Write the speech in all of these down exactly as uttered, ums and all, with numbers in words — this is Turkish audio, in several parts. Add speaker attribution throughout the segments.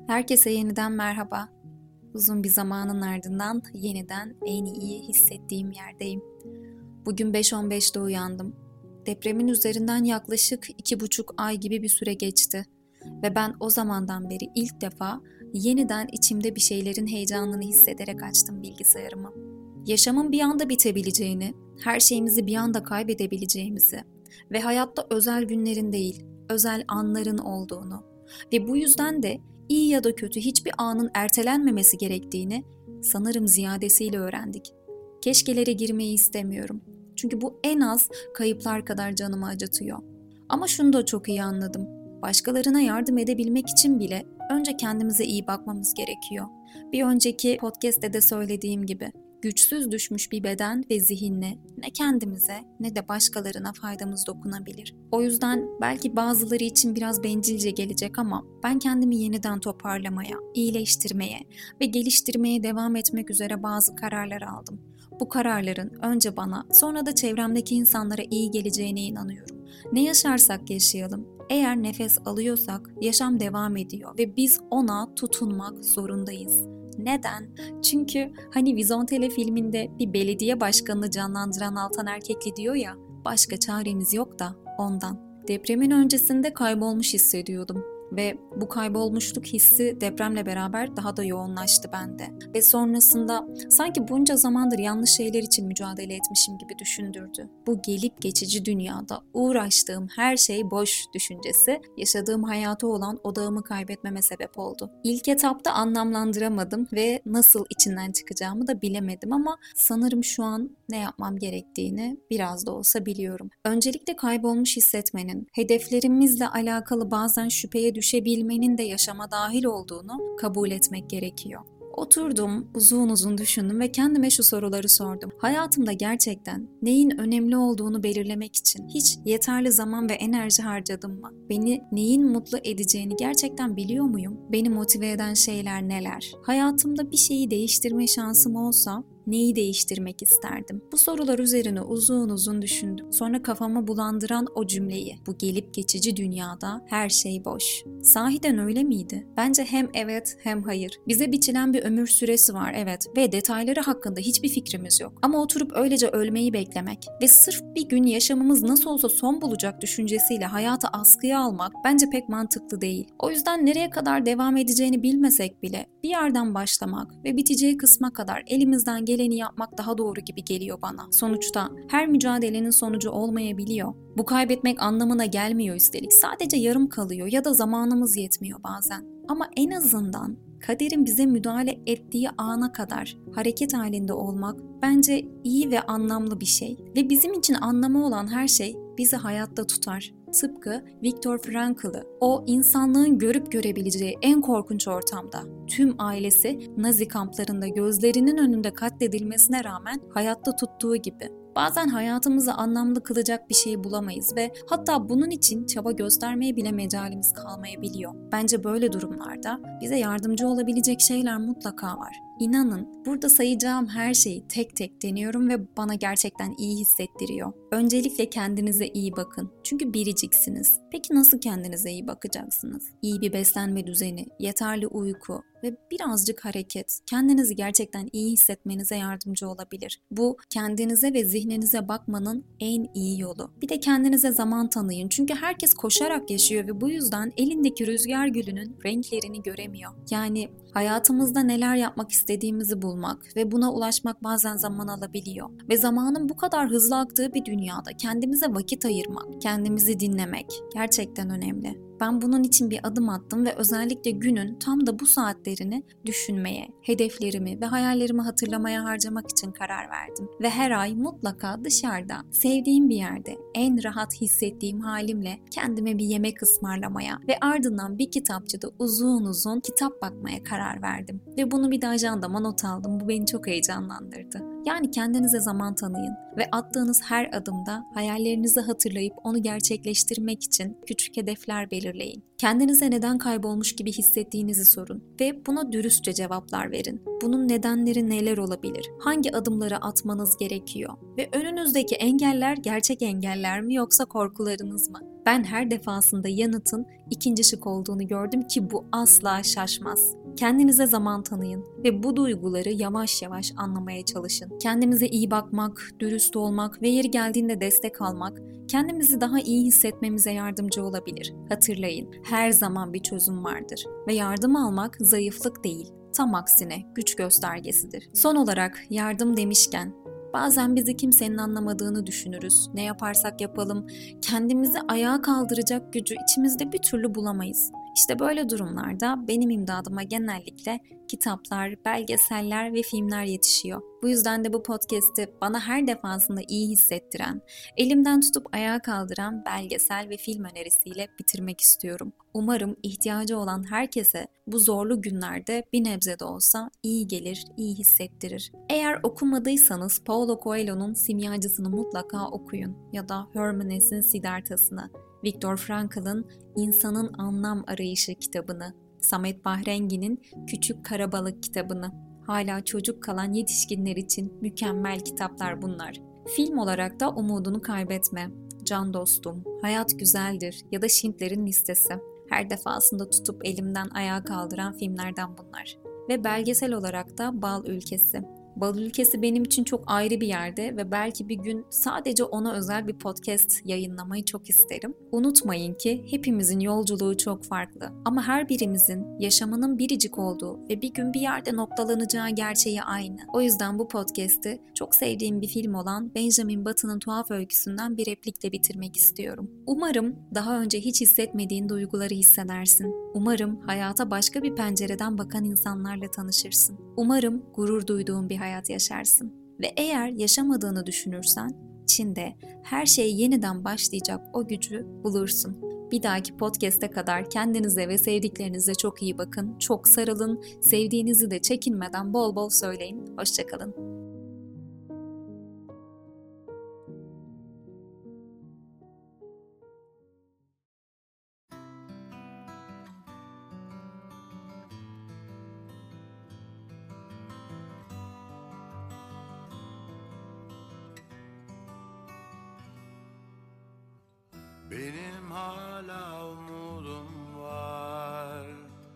Speaker 1: Herkese yeniden merhaba. Uzun bir zamanın ardından yeniden en iyi hissettiğim yerdeyim. Bugün beş on beşte uyandım. Depremin üzerinden yaklaşık iki buçuk ay gibi bir süre geçti. Ve ben o zamandan beri ilk defa yeniden içimde bir şeylerin heyecanını hissederek açtım bilgisayarımı. Yaşamın bir anda bitebileceğini, her şeyimizi bir anda kaybedebileceğimizi ve hayatta özel günlerin değil, özel anların olduğunu ve bu yüzden de iyi ya da kötü hiçbir anın ertelenmemesi gerektiğini sanırım ziyadesiyle öğrendik. Keşkelere girmeyi istemiyorum. Çünkü bu en az kayıplar kadar canımı acıtıyor. Ama şunu da çok iyi anladım. Başkalarına yardım edebilmek için bile önce kendimize iyi bakmamız gerekiyor. Bir önceki podcast'te de söylediğim gibi güçsüz düşmüş bir beden ve zihinle ne kendimize ne de başkalarına faydamız dokunabilir. O yüzden belki bazıları için biraz bencilce gelecek ama ben kendimi yeniden toparlamaya, iyileştirmeye ve geliştirmeye devam etmek üzere bazı kararlar aldım. Bu kararların önce bana, sonra da çevremdeki insanlara iyi geleceğine inanıyorum. Ne yaşarsak yaşayalım, eğer nefes alıyorsak yaşam devam ediyor ve biz ona tutunmak zorundayız. Neden? Çünkü hani Vizontele filminde bir belediye başkanını canlandıran Altan Erkekli diyor ya, başka çaremiz yok da ondan. Depremin öncesinde kaybolmuş hissediyordum. Ve bu kaybolmuşluk hissi depremle beraber daha da yoğunlaştı bende. Ve sonrasında sanki bunca zamandır yanlış şeyler için mücadele etmişim gibi düşündürdü. Bu gelip geçici dünyada uğraştığım her şey boş düşüncesi, yaşadığım hayata olan odağımı kaybetmeme sebep oldu. İlk etapta anlamlandıramadım ve nasıl içinden çıkacağımı da bilemedim ama sanırım şu an ne yapmam gerektiğini biraz da olsa biliyorum. Öncelikle kaybolmuş hissetmenin, hedeflerimizle alakalı bazen şüpheye düşebilmenin de yaşama dahil olduğunu kabul etmek gerekiyor. Oturdum, uzun uzun düşündüm ve kendime şu soruları sordum. Hayatımda gerçekten neyin önemli olduğunu belirlemek için hiç yeterli zaman ve enerji harcadım mı? Beni neyin mutlu edeceğini gerçekten biliyor muyum? Beni motive eden şeyler neler? Hayatımda bir şeyi değiştirme şansım olsa neyi değiştirmek isterdim? Bu sorular üzerine uzun uzun düşündüm. Sonra kafama bulandıran o cümleyi, bu gelip geçici dünyada her şey boş. Sahiden öyle miydi? Bence hem evet hem hayır. Bize biçilen bir ömür süresi var, evet, ve detayları hakkında hiçbir fikrimiz yok. Ama oturup öylece ölmeyi beklemek ve sırf bir gün yaşamımız nasıl olsa son bulacak düşüncesiyle hayatı askıya almak bence pek mantıklı değil. O yüzden nereye kadar devam edeceğini bilmesek bile bir yerden başlamak ve biteceği kısma kadar elimizden geleni yapmak daha doğru gibi geliyor bana. Sonuçta her mücadelenin sonucu olmayabiliyor. Bu kaybetmek anlamına gelmiyor üstelik. Sadece yarım kalıyor ya da zamanımız yetmiyor bazen. Ama en azından kaderin bize müdahale ettiği ana kadar hareket halinde olmak bence iyi ve anlamlı bir şey. Ve bizim için anlamı olan her şey bizi hayatta tutar. Tıpkı Viktor Frankl'ı o insanlığın görüp görebileceği en korkunç ortamda tüm ailesi Nazi kamplarında gözlerinin önünde katledilmesine rağmen hayatta tuttuğu gibi. Bazen hayatımızı anlamlı kılacak bir şey bulamayız ve hatta bunun için çaba göstermeye bile mecalimiz kalmayabiliyor. Bence böyle durumlarda bize yardımcı olabilecek şeyler mutlaka var. İnanın burada sayacağım her şeyi tek tek deniyorum ve bana gerçekten iyi hissettiriyor. Öncelikle kendinize iyi bakın. Çünkü biriciksiniz. Peki nasıl kendinize iyi bakacaksınız? İyi bir beslenme düzeni, yeterli uyku ve birazcık hareket kendinizi gerçekten iyi hissetmenize yardımcı olabilir. Bu kendinize ve zihninize bakmanın en iyi yolu. Bir de kendinize zaman tanıyın. Çünkü herkes koşarak yaşıyor ve bu yüzden elindeki rüzgar gülünün renklerini göremiyor. Yani hayatımızda neler yapmak istediğimizi bulmak ve buna ulaşmak bazen zaman alabiliyor. Ve zamanın bu kadar hızlı aktığı bir dünyada kendimize vakit ayırmak, kendimizi dinlemek gerçekten önemli. Ben bunun için bir adım attım ve özellikle günün tam da bu saatlerini düşünmeye, hedeflerimi ve hayallerimi hatırlamaya harcamak için karar verdim. Ve her ay mutlaka dışarıda, sevdiğim bir yerde, en rahat hissettiğim halimle kendime bir yemek ısmarlamaya ve ardından bir kitapçıda uzun uzun kitap bakmaya karar verdim. Ve bunu bir de ajandama not aldım. Bu beni çok heyecanlandırdı. Yani kendinize zaman tanıyın ve attığınız her adımda hayallerinizi hatırlayıp onu gerçekleştirmek için küçük hedefler belirleyin. Kendinize neden kaybolmuş gibi hissettiğinizi sorun ve buna dürüstçe cevaplar verin. Bunun nedenleri neler olabilir? Hangi adımları atmanız gerekiyor? Ve önünüzdeki engeller gerçek engeller mi yoksa korkularınız mı? Ben her defasında yanıtın ikinci şık olduğunu gördüm ki bu asla şaşmaz. Kendinize zaman tanıyın ve bu duyguları yavaş yavaş anlamaya çalışın. Kendimize iyi bakmak, dürüst olmak ve yeri geldiğinde destek almak kendimizi daha iyi hissetmemize yardımcı olabilir. Hatırlayın, her zaman bir çözüm vardır ve yardım almak zayıflık değil, tam aksine güç göstergesidir. Son olarak yardım demişken, bazen bizi kimsenin anlamadığını düşünürüz. Ne yaparsak yapalım, kendimizi ayağa kaldıracak gücü içimizde bir türlü bulamayız. İşte böyle durumlarda benim imdadıma genellikle kitaplar, belgeseller ve filmler yetişiyor. Bu yüzden de bu podcast'i bana her defasında iyi hissettiren, elimden tutup ayağa kaldıran belgesel ve film önerisiyle bitirmek istiyorum. Umarım ihtiyacı olan herkese bu zorlu günlerde bir nebze de olsa iyi gelir, iyi hissettirir. Eğer okumadıysanız Paulo Coelho'nun Simyacısını mutlaka okuyun ya da Hermann Hesse'in Siddhartha'sını, Viktor Frankl'ın İnsanın Anlam Arayışı kitabını, Samet Bahrengi'nin Küçük Karabalık kitabını. Hala çocuk kalan yetişkinler için mükemmel kitaplar bunlar. Film olarak da Umudunu Kaybetme, Can Dostum, Hayat Güzeldir ya da Schindler'in Listesi. Her defasında tutup elimden ayağa kaldıran filmlerden bunlar. Ve belgesel olarak da Bal Ülkesi. Bal Ülkesi benim için çok ayrı bir yerde ve belki bir gün sadece ona özel bir podcast yayınlamayı çok isterim. Unutmayın ki hepimizin yolculuğu çok farklı ama her birimizin yaşamının biricik olduğu ve bir gün bir yerde noktalanacağı gerçeği aynı. O yüzden bu podcast'i çok sevdiğim bir film olan Benjamin Button'ın Tuhaf Öyküsü'nden bir replikle bitirmek istiyorum. Umarım daha önce hiç hissetmediğin duyguları hissedersin. Umarım hayata başka bir pencereden bakan insanlarla tanışırsın. Umarım gurur duyduğun bir hayat yaşarsın. Ve eğer yaşamadığını düşünürsen, içinde her şey yeniden başlayacak o gücü bulursun. Bir dahaki podcast'e kadar kendinize ve sevdiklerinize çok iyi bakın, çok sarılın, sevdiğinizi de çekinmeden bol bol söyleyin. Hoşça kalın.
Speaker 2: Benim hala umudum var.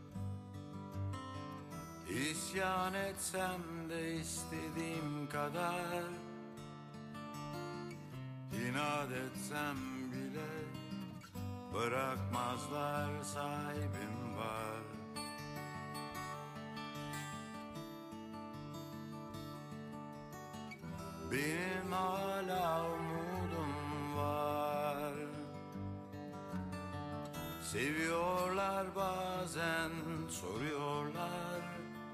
Speaker 2: İsyan etsem de istediğim kadar, inat etsem bile bırakmazlar, sahibim var. Benim hala umudum var. Seviyorlar bazen, soruyorlar.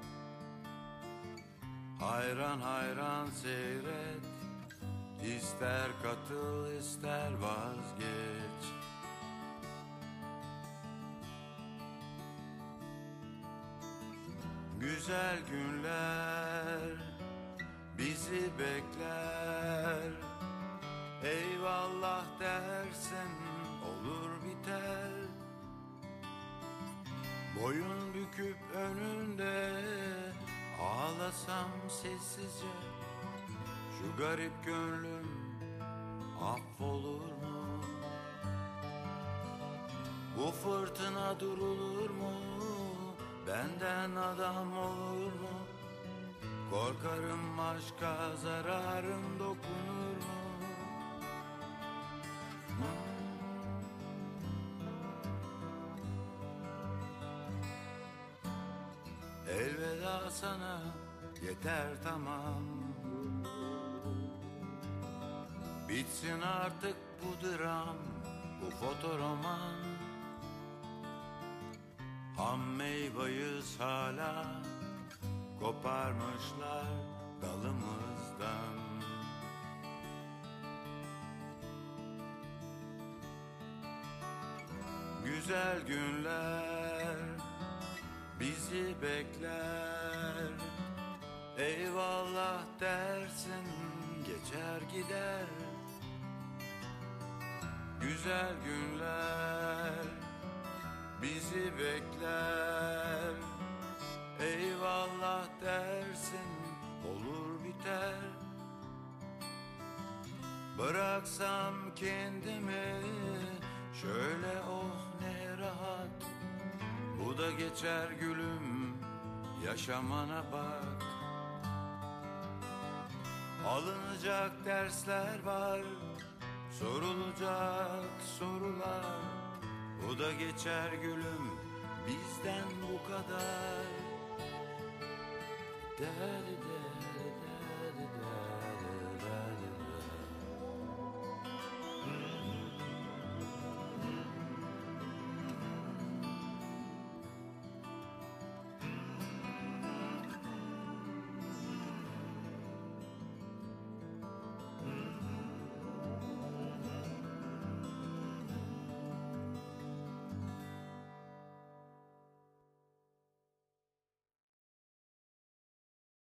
Speaker 2: Hayran hayran seyret, ister katıl ister vazgeç. Güzel günler bizi bekler. Eyvallah dersen olur biter. Boyun büküp önünde ağlasam sessizce, şu garip gönlüm affolur mu? Bu fırtına durulur mu? Benden adam olur mu? Korkarım aşka zararım dokunur mu? Elveda sana, yeter tamam. Bitsin artık bu dram, bu fotoroman. Ham meyveyiz hala, koparmışlar dalımızdan. Güzel günler bizi bekler. Eyvallah dersin, geçer gider. Güzel günler bizi bekler. Eyvallah dersin, olur biter. Bıraksam kendimi Şöyle oh ne rahat, bu da geçer gülüm, yaşamana bak. Alınacak dersler var, sorulacak sorular, bu da geçer gülüm, bizden bu kadar. Derde